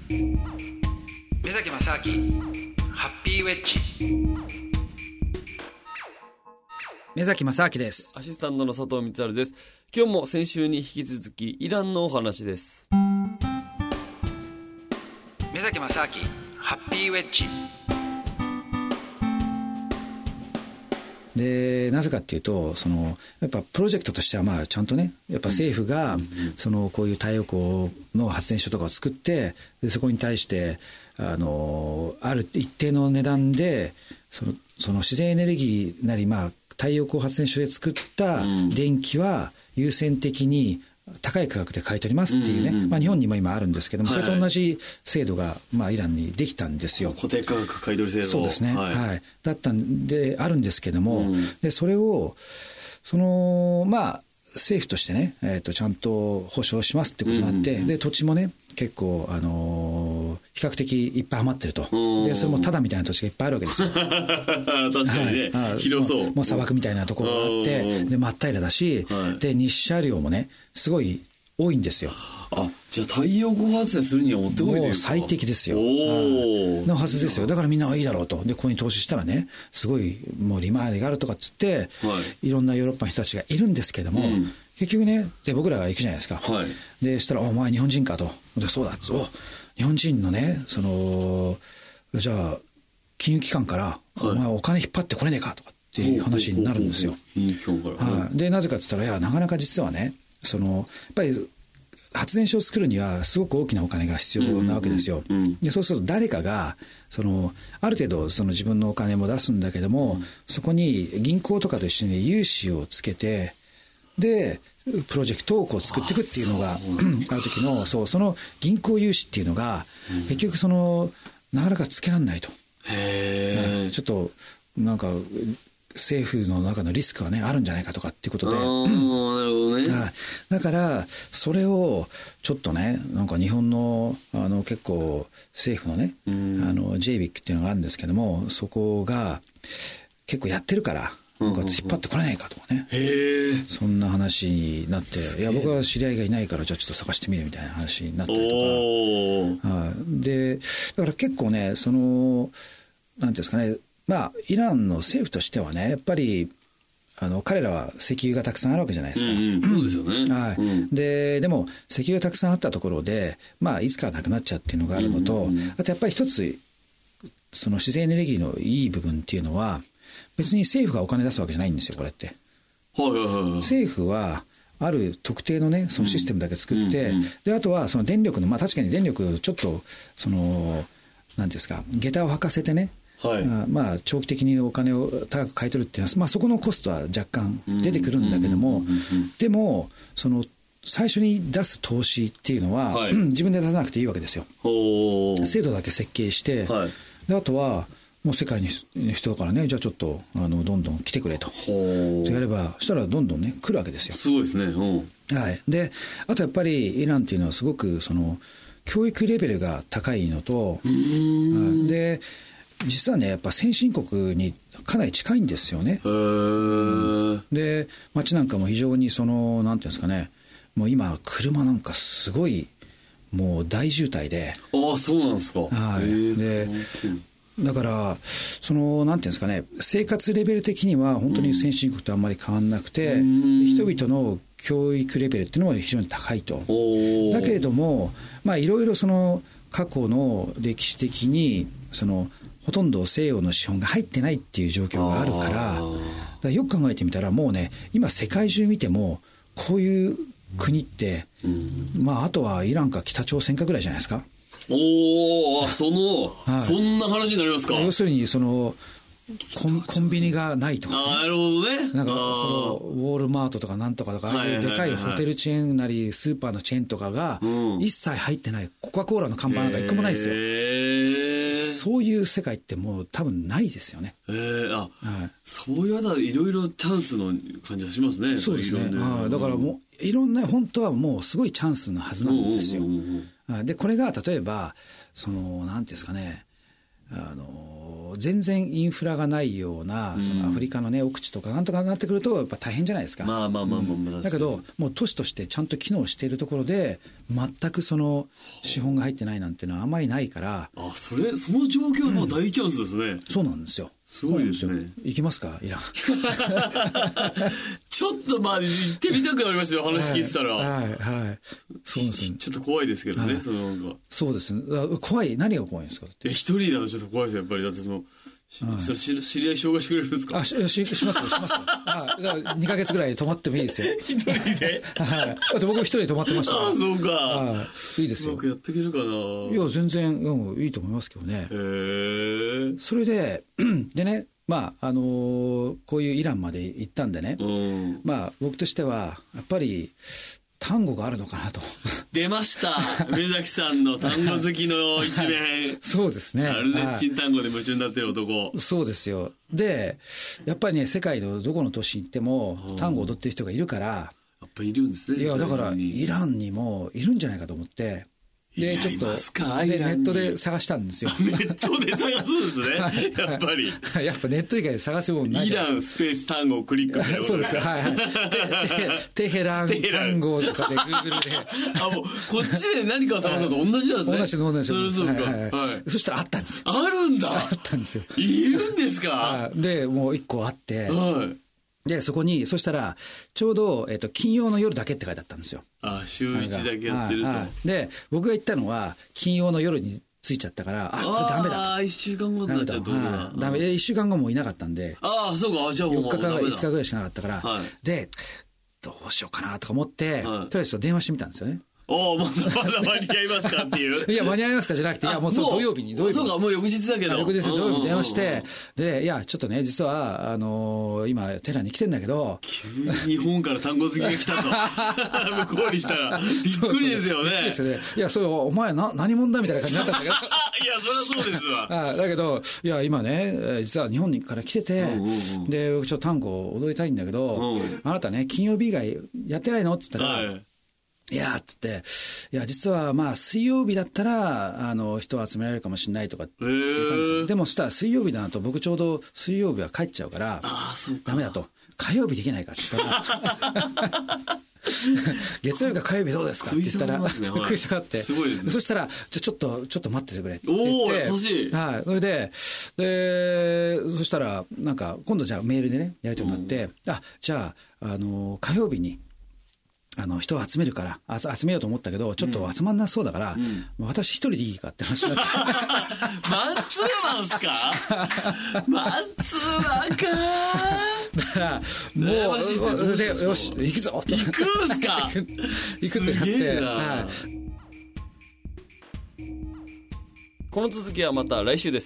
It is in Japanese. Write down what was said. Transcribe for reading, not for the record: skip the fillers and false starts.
目崎正明ハッピーウェッジ。目崎正明です。 アシスタントの佐藤光晴です。今日も先週に引き続きイランのお話です。 目崎正明ハッピーウェッジで、なぜかっていうと、やっぱプロジェクトとしてはちゃんとね、やっぱ政府がこういう太陽光の発電所とかを作って、でそこに対してある一定の値段でその自然エネルギーなり太陽光発電所で作った電気は優先的に高い価格で買い取りますっていうね、日本にも今あるんですけども、それと同じ制度がイランにできたんですよ。 固定価格買い取り制度。 そうですね、はい、だったんであるんですけども、でそれを政府としてね、ちゃんと保証しますってことになって、で土地もね結構比較的いっぱい余ってると。でそれもタダみたいな土地がいっぱいあるわけですよ。確かにね、広そう。 もう砂漠みたいなところがあって、で真っ平らだし、で日射量もねすごい多いんですよ。 じゃあ太陽光発電するにはもってこいというか、 もう最適ですよ。のはずですよ。だからみんなはいいだろうと。でここに投資したらねすごいもう利回りがあるとかっつって、いろんなヨーロッパの人たちがいるんですけども、結局ねで僕らが行くじゃないですか。でしたらお前日本人かと。でそうだっつ日本人のねじゃあ金融機関から、お前お金引っ張ってこれねえかとかっていう話になるんですよ。でなぜかって言ったら、いやなかなか実はねやっぱり発電所を作るにはすごく大きなお金が必要なわけですよ。でそうすると誰かがある程度自分のお金も出すんだけども、そこに銀行とかと一緒に融資をつけて、でプロジェクトを作っていくっていうのがある時のその銀行融資っていうのが、結局なかなかつけられないと。ちょっとなんか政府の中のリスクはねあるんじゃないかとかっていうことで、なるほどね。だからそれをちょっとねなんか日本の結構政府のねJBIC っていうのがあるんですけども、そこが結構やってるからなんか引っ張ってこれないかとかね、そんな話になって、いや僕は知り合いがいないからじゃあちょっと探してみるみたいな話になったりとか、でだから結構ねなんていうんですかね、イランの政府としてはねやっぱり彼らは石油がたくさんあるわけじゃないですか。 そうですよね。 でも石油がたくさんあったところでいつかはなくなっちゃうっていうのがあるのと、あとやっぱり一つ自然エネルギーのいい部分っていうのは、別に政府がお金出すわけじゃないんですよこれって。政府はある特定のねそのシステムだけ作って、であとはその電力の確かに電力をちょっとなんていうんですか下駄を履かせてね、長期的にお金を高く買い取るっていうのは、そこのコストは若干出てくるんだけども、でも最初に出す投資っていうのは、自分で出さなくていいわけですよ。制度だけ設計して、であとはもう世界の人だからね、じゃあちょっとどんどん来てくれとやればしたらどんどんね来るわけですよ。 すごいですね。 であとやっぱりイランっていうのはすごく教育レベルが高いのと、で実はねやっぱ先進国にかなり近いんですよね。で街なんかも非常になんていうんですかね、もう今車なんかすごいもう大渋滞で。 そうなんですか。 でだからなんていうんですかね、生活レベル的には本当に先進国とあんまり変わんなくて、人々の教育レベルっていうのは非常に高いと。だけれどもいろいろ過去の歴史的にほとんど西洋の資本が入ってないっていう状況があるから、だからよく考えてみたらもうね今世界中見てもこういう国って、あとはイランか北朝鮮かぐらいじゃないですか。 そんな話になりますか。 要するにコンビニがないとか、ね、 なるほどね。 なんかウォールマートとかなんとかとか、でかいホテルチェーンなりスーパーのチェーンとかが一切入ってない、コカ・コーラの看板なんか一個もないですよ。そういう世界ってもう多分ないですよね。 そういういろいろチャンスの感じがしますね。 そうですね。だからもういろんな本当はもうすごいチャンスのはずなんですよ。でこれが例えばなんていうんですかね、 全然インフラがないような、そのアフリカのね、奥地とかなんとかなってくると、やっぱ大変じゃないですか。だけど、もう都市としてちゃんと機能しているところで、全くその資本が入ってないなんていうのはあんまりないから。 その状況はもう大チャンスですね。 そうなんですよ。 すごいですね。 行きますか、イラン。 ちょっと行ってみたくなりましたよ、話聞いてたら。 そうですね。 ちょっと怖いですけどね、 そうですね。怖い、何が怖いんですか。 一人だとちょっと怖いですよ、やっぱり。だってそれ知り合い紹介してくれるんですか。 しますよ。2ヶ月ぐらい泊まってもいいですよ。 一人で。 だって僕一人で泊まってました。 そうか。 いいですよ。 うまくやっていけるかな。 いや、全然、いいと思いますけどね。それでね、こういうイランまで行ったんでね、僕としてはやっぱり単語があるのかなと。 出ました目崎さんの単語好きの一面。 そうですね。 アルゼンチン単語で夢中になってる男。 そうですよ。でやっぱりね、世界のどこの都市に行っても単語を踊ってる人がいるから。 やっぱいるんですね。 いや、だからイランにもいるんじゃないかと思って、でちょっとネットで探したんですよ。 ネットで探すんですね。やっぱりやっぱネット以外で探すもんないじゃないですか。イランスペース単語をクリックする。 そうですよ。テヘラン単語とかで Google でもうこっちで何かを探すのと同じなんですね。 同じ。そしたらあったんですよ。 あるんだ。 あったんですよ。 いるんですか。 でもう一個あって、でそこにそしたらちょうど、金曜の夜だけって書いてあったんですよ。 週1だけやってると。 で僕が行ったのは金曜の夜に着いちゃったから、これダメだと。 1週間後になっちゃった。 ダメで1週間後もいなかったんで。 そうか。じゃあもう 4日か5日ぐらいしかなかったから、でどうしようかなとか思って、とりあえず電話してみたんですよね。 まだ間に合いますかっていう。 いや、間に合いますかじゃなくて、もう土曜日に。 そうか、もう翌日だけど。 翌日土曜日に電話して、で、いや、ちょっとね、実は、今、テラに来てんだけど。 急に日本から単語好きが来たと。向こうにしたら。びっくりですよね。びっくりですね。 いや、それ、お前、何者だみたいな感じになったんだけど。 いや、そりゃそうですわ。 だけど、いや、今ね、実は日本から来てて、で、ちょっと単語を踊りたいんだけど、あなたね、金曜日以外やってないのって言ったら、いやつって、いや実は水曜日だったら人を集められるかもしれないとかって言ったんですよ。でもしたら水曜日だなと、僕ちょうど水曜日は帰っちゃうからダメだと、火曜日できないかって言ったら月曜日か火曜日どうですかって言ったら食い下がって、そしたらちょっと待っててくれって言って、それでそしたらなんか今度じゃあメールでねやり取りになって、じゃあ火曜日に人を集めるから集めようと思ったけどちょっと集まんなそうだから、私一人でいいかって話になってマンツーマンすかマンツーマンかだからもうよし行くぞ行くんすか行くってなって、 この続きはまた来週です。